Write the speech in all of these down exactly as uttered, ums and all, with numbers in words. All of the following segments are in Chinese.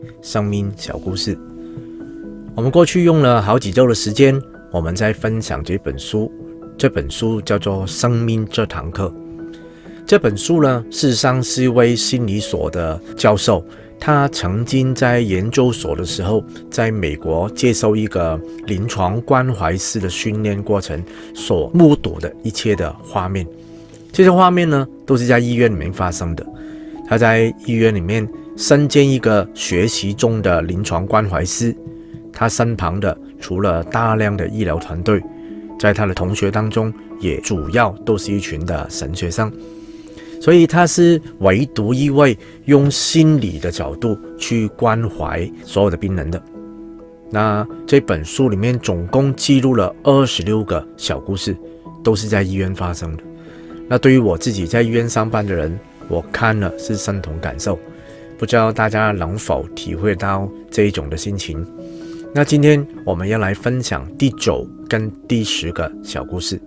生命小故事。我们过去用了好几周的时间，我们在分享这本书。这本书叫做《生命这堂课》。这本书呢，事实上是一位心理所的教授，他曾经在研究所的时候，在美国接受一个临床关怀师的训练过程所目睹的一切的画面。这些画面呢，都是在医院里面发生的。他在医院里面身兼一个学习中的临床关怀师，他身旁的除了大量的医疗团队，在他的同学当中也主要都是一群的神学生，所以他是唯独一位用心理的角度去关怀所有的病人的。那这本书里面总共记录了二十六个小故事，都是在医院发生的。那对于我自己在医院上班的人，我看了是身同感受，不知道大家能否体会到这一种的心情。那今天我们要来分享第九跟第十个小故事。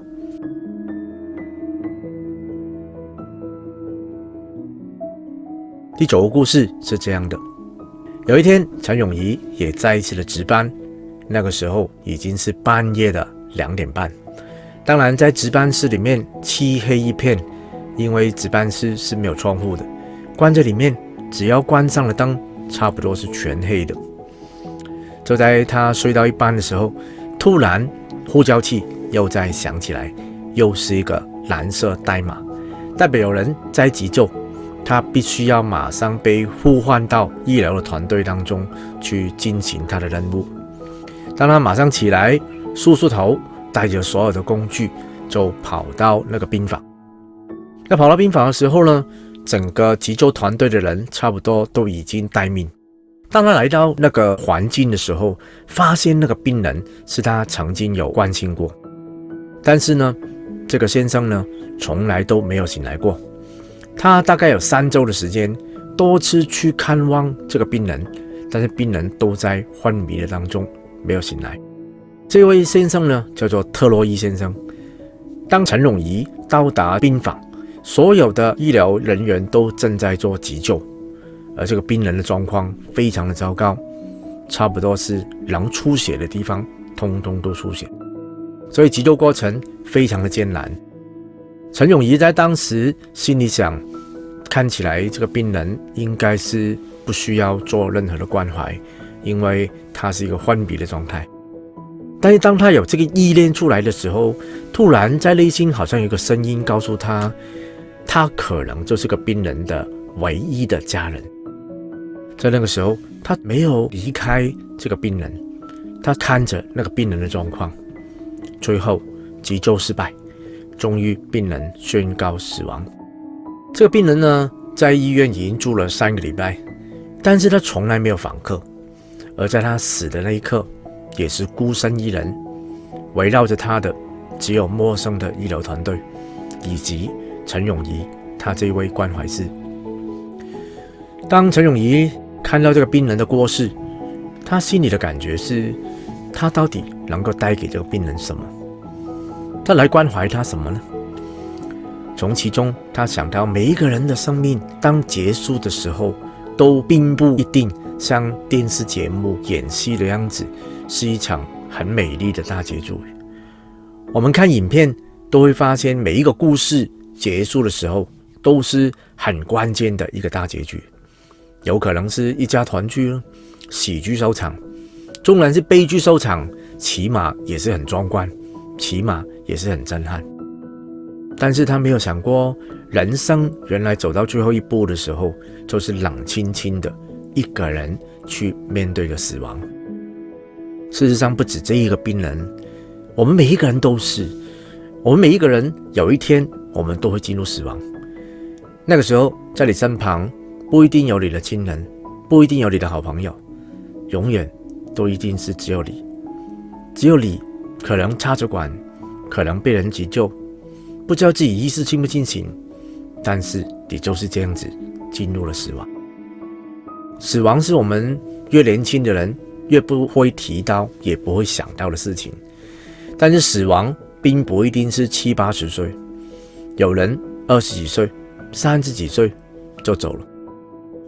第九个故事是这样的：有一天，陈永仪也再一次的值班，那个时候已经是半夜的两点半。当然，在值班室里面漆黑一片，因为值班室是没有窗户的，关在里面，只要关上了灯，差不多是全黑的。就在他睡到一半的时候，突然呼叫器又再响起来，又是一个蓝色代码，代表有人在急救，他必须要马上被呼唤到医疗的团队当中去进行他的任务。当他马上起来，梳梳头，带着所有的工具，就跑到那个病房。那跑到病房的时候呢，整个急救团队的人差不多都已经待命。当他来到那个环境的时候，发现那个病人是他曾经有关心过，但是呢，这个先生呢，从来都没有醒来过。他大概有三周的时间，多次去看望这个病人，但是病人都在昏迷的当中，没有醒来。这位先生呢，叫做特洛伊先生。当陈永仪到达病房，所有的医疗人员都正在做急救，而这个病人的状况非常的糟糕，差不多是能出血的地方通通都出血，所以急救过程非常的艰难。陈永仪在当时心里想，看起来这个病人应该是不需要做任何的关怀，因为他是一个昏迷的状态。但是当他有这个意念出来的时候，突然在内心好像有一个声音告诉他，他可能就是个病人的唯一的家人。在那个时候，他没有离开这个病人，他看着那个病人的状况，最后急救失败，终于病人宣告死亡。这个病人呢，在医院已经住了三个礼拜，但是他从来没有访客，而在他死的那一刻，也是孤身一人，围绕着他的只有陌生的医疗团队，以及陈永仪他这位关怀师。当陈永仪看到这个病人的过世，他心里的感觉是，他到底能够带给这个病人什么？他来关怀他什么呢？从其中他想到，每一个人的生命当结束的时候，都并不一定像电视节目演戏的样子，是一场很美丽的大结局。我们看影片都会发现，每一个故事结束的时候都是很关键的一个大结局，有可能是一家团聚，喜剧收场，纵然是悲剧收场，起码也是很壮观，起码也是很震撼。但是他没有想过，人生原来走到最后一步的时候，就是冷清清的一个人去面对着死亡。事实上，不止这一个病人，我们每一个人都是，我们每一个人有一天我们都会进入死亡。那个时候，在你身旁不一定有你的亲人，不一定有你的好朋友，永远都一定是只有你。只有你可能插着管，可能被人急救，不知道自己意识清不清醒，但是你就是这样子进入了死亡。死亡是我们越年轻的人越不会提到，也不会想到的事情。但是死亡并不一定是七八十岁，有人二十几岁、三十几岁就走了。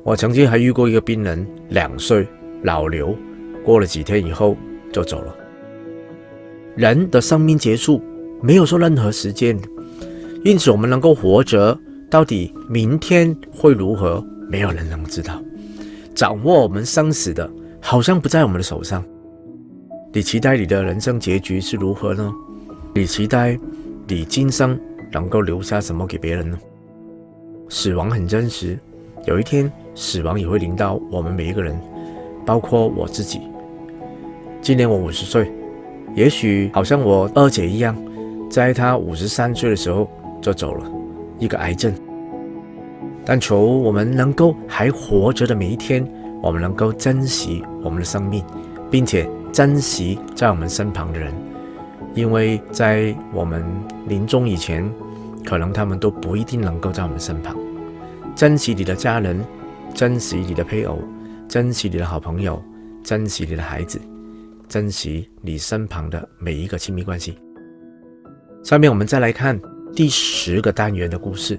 我曾经还遇过一个病人，两岁老瘤，过了几天以后就走了。人的生命结束没有说任何时间，因此我们能够活着，到底明天会如何，没有人能知道。掌握我们生死的好像不在我们的手上。你期待你的人生结局是如何呢？你期待你今生能够留下什么给别人呢？死亡很真实，有一天死亡也会临到我们每一个人，包括我自己。今年我五十岁，也许好像我二姐一样，在她五十三岁的时候就走了，一个癌症。但求我们能够还活着的每一天，我们能够珍惜我们的生命，并且珍惜在我们身旁的人，因为在我们临终以前，可能他们都不一定能够在我们身旁。珍惜你的家人，珍惜你的配偶，珍惜你的好朋友，珍惜你的孩子，珍惜你身旁的每一个亲密关系。下面我们再来看第十个单元的故事。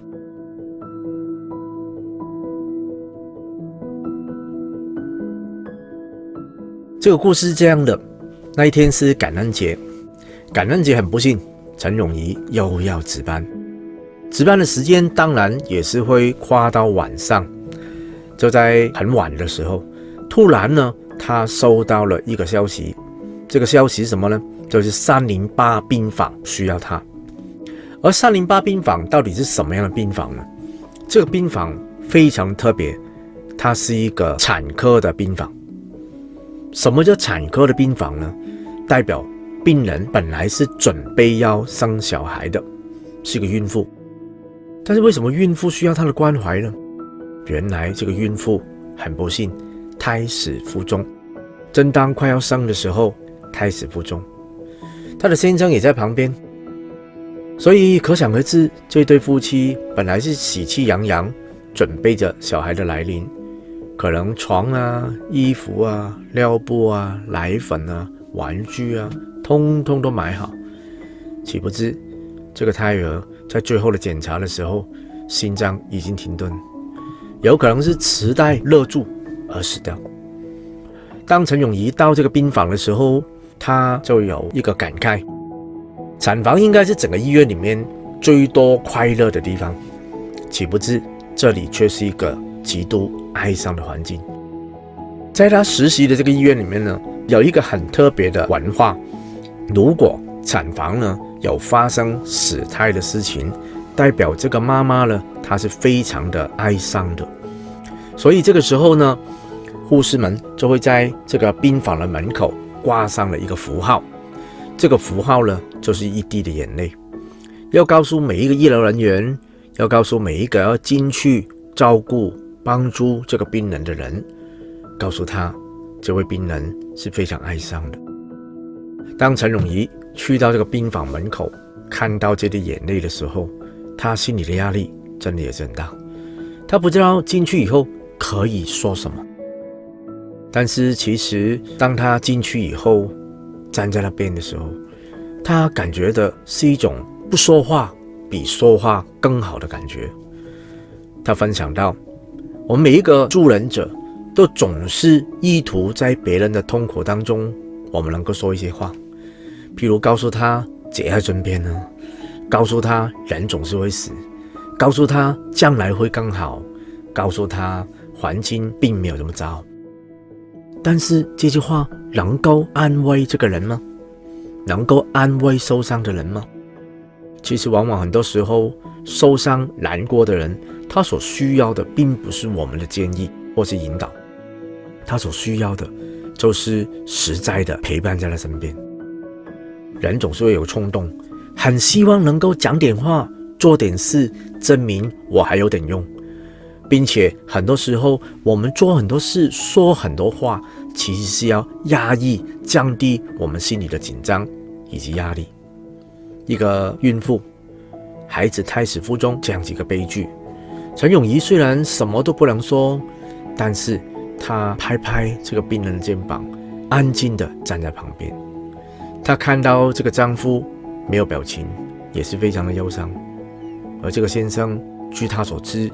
这个故事是这样的，那一天是感恩节，感恩节很不幸，陈永仪又要值班，值班的时间当然也是会跨到晚上。就在很晚的时候，突然呢，他收到了一个消息，这个消息是什么呢？就是三零八病房需要他。而三零八病房到底是什么样的病房呢？这个病房非常特别，它是一个产科的病房。什么叫产科的病房呢？代表病人本来是准备要生小孩的，是个孕妇。但是为什么孕妇需要她的关怀呢？原来这个孕妇很不幸，胎死腹中。正当快要生的时候，胎死腹中。她的先生也在旁边，所以可想而知，这对夫妻本来是喜气洋洋，准备着小孩的来临。可能床啊、衣服啊、尿布啊、奶粉啊、玩具啊，通通都买好。岂不知这个胎儿在最后的检查的时候，心脏已经停顿，有可能是脐带勒住而死掉。当陈永仪到这个病房的时候，他就有一个感慨，产房应该是整个医院里面最多快乐的地方，岂不知这里却是一个极度哀伤的环境。在他实习的这个医院里面呢，有一个很特别的文化，如果产房呢有发生死胎的事情，代表这个妈妈呢，她是非常的哀伤的。所以这个时候呢，护士们就会在这个病房的门口挂上了一个符号，这个符号呢就是一滴的眼泪，要告诉每一个医疗人员，要告诉每一个要进去照顾帮助这个病人的人，告诉他这位病人是非常哀伤的。当陈永仪去到这个病房门口，看到这滴眼泪的时候，他心里的压力真的也是很大。他不知道进去以后可以说什么，但是其实当他进去以后，站在那边的时候，他感觉的是一种不说话比说话更好的感觉。他分享到，我们每一个助人者都总是意图在别人的痛苦当中，我们能够说一些话，譬如告诉他姐在身边呢，告诉他人总是会死，告诉他将来会更好，告诉他环境并没有这么糟。但是这句话能够安慰这个人吗？能够安慰受伤的人吗？其实往往很多时候，受伤难过的人，他所需要的并不是我们的建议或是引导，他所需要的就是实在的陪伴在他身边。人总是会有冲动，很希望能够讲点话，做点事，证明我还有点用，并且很多时候我们做很多事，说很多话，其实是要压抑降低我们心里的紧张以及压力。一个孕妇，孩子胎死腹中，这样几个悲剧，陈永仪虽然什么都不能说，但是他拍拍这个病人的肩膀，安静地站在旁边。他看到这个丈夫没有表情，也是非常的忧伤。而这个先生，据他所知，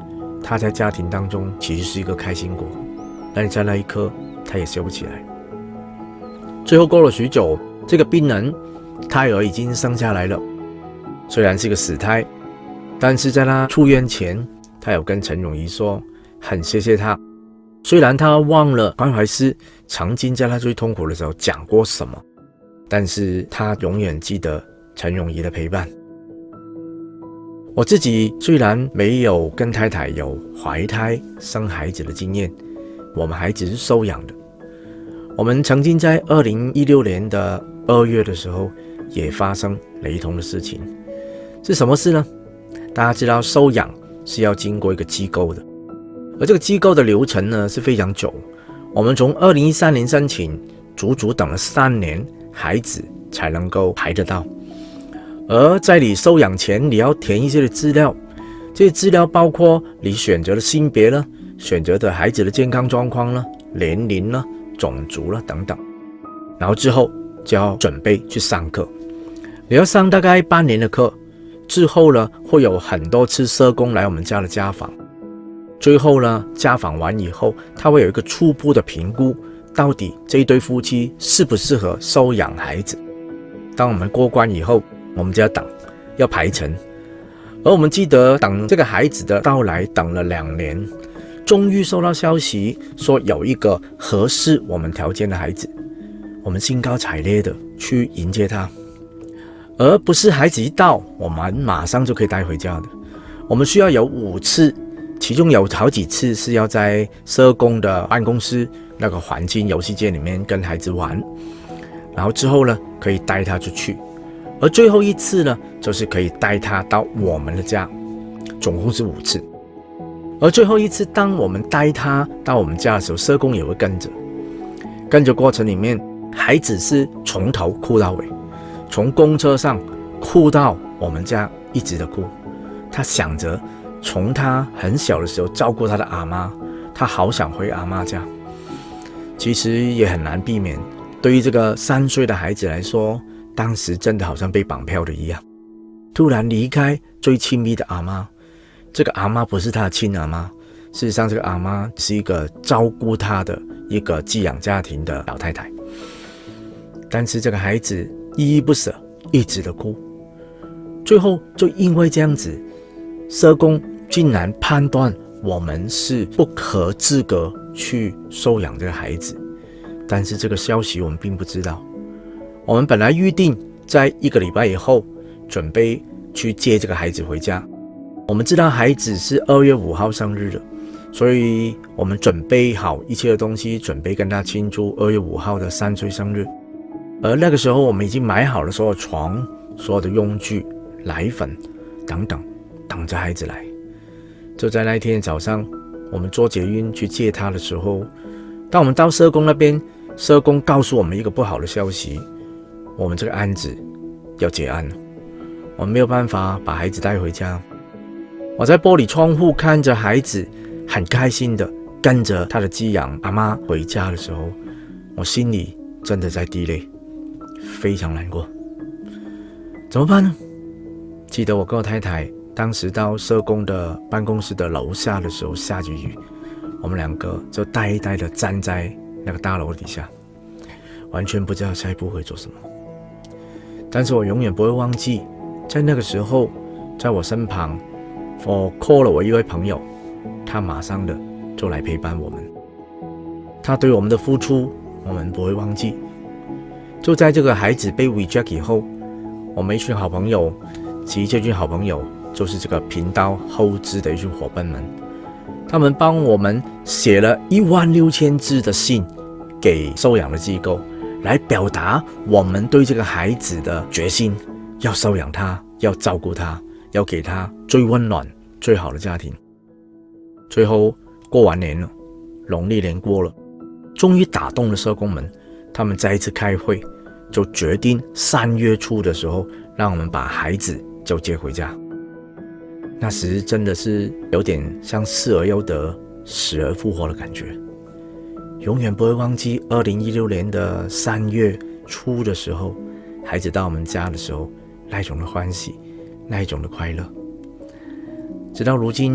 他在家庭当中其实是一个开心果，但是在那一刻他也修不起来。最后过了许久，这个病人胎儿已经生下来了，虽然是个死胎，但是在他出院前，他有跟陈永仪说很谢谢他，虽然他忘了关怀师曾经在他最痛苦的时候讲过什么，但是他永远记得陈永仪的陪伴。我自己虽然没有跟太太有怀胎生孩子的经验，我们孩子是收养的。我们曾经在二零一六年的二月的时候也发生雷同的事情。是什么事呢？大家知道收养是要经过一个机构的，而这个机构的流程呢是非常久。我们从二零一三年申请，足足等了三年，孩子才能够排得到。而在你收养前，你要填一些的资料，这些资料包括你选择的性别了，选择的孩子的健康状况了，年龄了，种族了等等。然后之后就要准备去上课，你要上大概半年的课，之后呢会有很多次社工来我们家的家访，最后呢家访完以后，他会有一个初步的评估，到底这一对夫妻适不适合收养孩子。当我们过关以后，我们就要等，要排程。而我们记得等这个孩子的到来等了两年，终于收到消息说有一个合适我们条件的孩子，我们兴高采烈的去迎接他，而不是孩子一到我们马上就可以带回家的。我们需要有五次，其中有好几次是要在社工的办公室那个环境游戏间里面跟孩子玩，然后之后呢可以带他出去，而最后一次呢就是可以带他到我们的家，总共是五次。而最后一次当我们带他到我们家的时候，社工也会跟着跟着过程里面，孩子是从头哭到尾，从公车上哭到我们家，一直的哭。他想着从他很小的时候照顾他的阿妈，他好想回阿妈家。其实也很难避免，对于这个三岁的孩子来说，当时真的好像被绑票的一样，突然离开最亲密的阿妈。这个阿妈不是他的亲阿妈，事实上这个阿妈是一个照顾他的一个寄养家庭的老太太。但是这个孩子依依不舍，一直的哭，最后就因为这样子，社工竟然判断我们是不合资格去收养这个孩子。但是这个消息我们并不知道，我们本来预定在一个礼拜以后准备去接这个孩子回家。我们知道孩子是二月五号生日的，所以我们准备好一切的东西，准备跟他庆祝二月五号的三岁生日。而那个时候我们已经买好了所有床、所有的用具、奶粉等等，等着孩子来。就在那一天早上，我们坐捷运去接他的时候，当我们到社工那边，社工告诉我们一个不好的消息，我们这个案子要结案了，我们没有办法把孩子带回家。我在玻璃窗户看着孩子很开心的跟着他的寄养阿妈回家的时候，我心里真的在滴泪，非常难过。怎么办呢？记得我跟我太太当时到社工的办公室的楼下的时候，下着雨，我们两个就呆呆的站在那个大楼底下，完全不知道下一步会做什么。但是我永远不会忘记，在那个时候，在我身旁，我 call 了我一位朋友，他马上的就来陪伴我们。他对我们的付出，我们不会忘记。就在这个孩子被 reject 以后，我们一群好朋友，其实这群好朋友就是这个频道后置的一群伙伴们，他们帮我们写了一万六千字的信给收养的机构，来表达我们对这个孩子的决心，要收养他，要照顾他，要给他最温暖最好的家庭。最后过完年了，农历年过了，终于打动了社工们，他们再一次开会，就决定三月初的时候让我们把孩子就接回家。那时真的是有点像失而又得，死而复活的感觉。永远不会忘记二零一六年的三月初的时候，孩子到我们家的时候，那一种的欢喜，那一种的快乐。直到如今，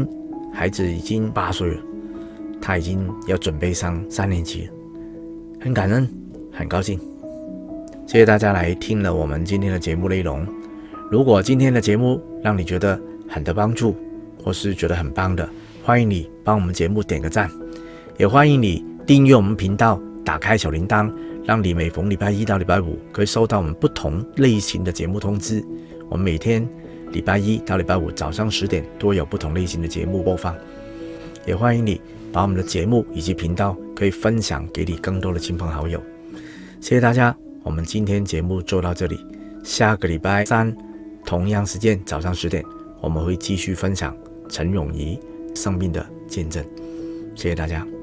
孩子已经八岁了，他已经要准备上三年级了，很感恩，很高兴。谢谢大家来听了我们今天的节目内容。如果今天的节目让你觉得很的帮助，或是觉得很棒的，欢迎你帮我们节目点个赞，也欢迎你订阅我们频道，打开小铃铛，让你每逢礼拜一到礼拜五可以收到我们不同类型的节目通知。我们每天礼拜一到礼拜五早上十点都有不同类型的节目播放，也欢迎你把我们的节目以及频道可以分享给你更多的亲朋好友。谢谢大家，我们今天节目做到这里，下个礼拜三同样时间早上十点，我们会继续分享陈永仪生命的见证。谢谢大家。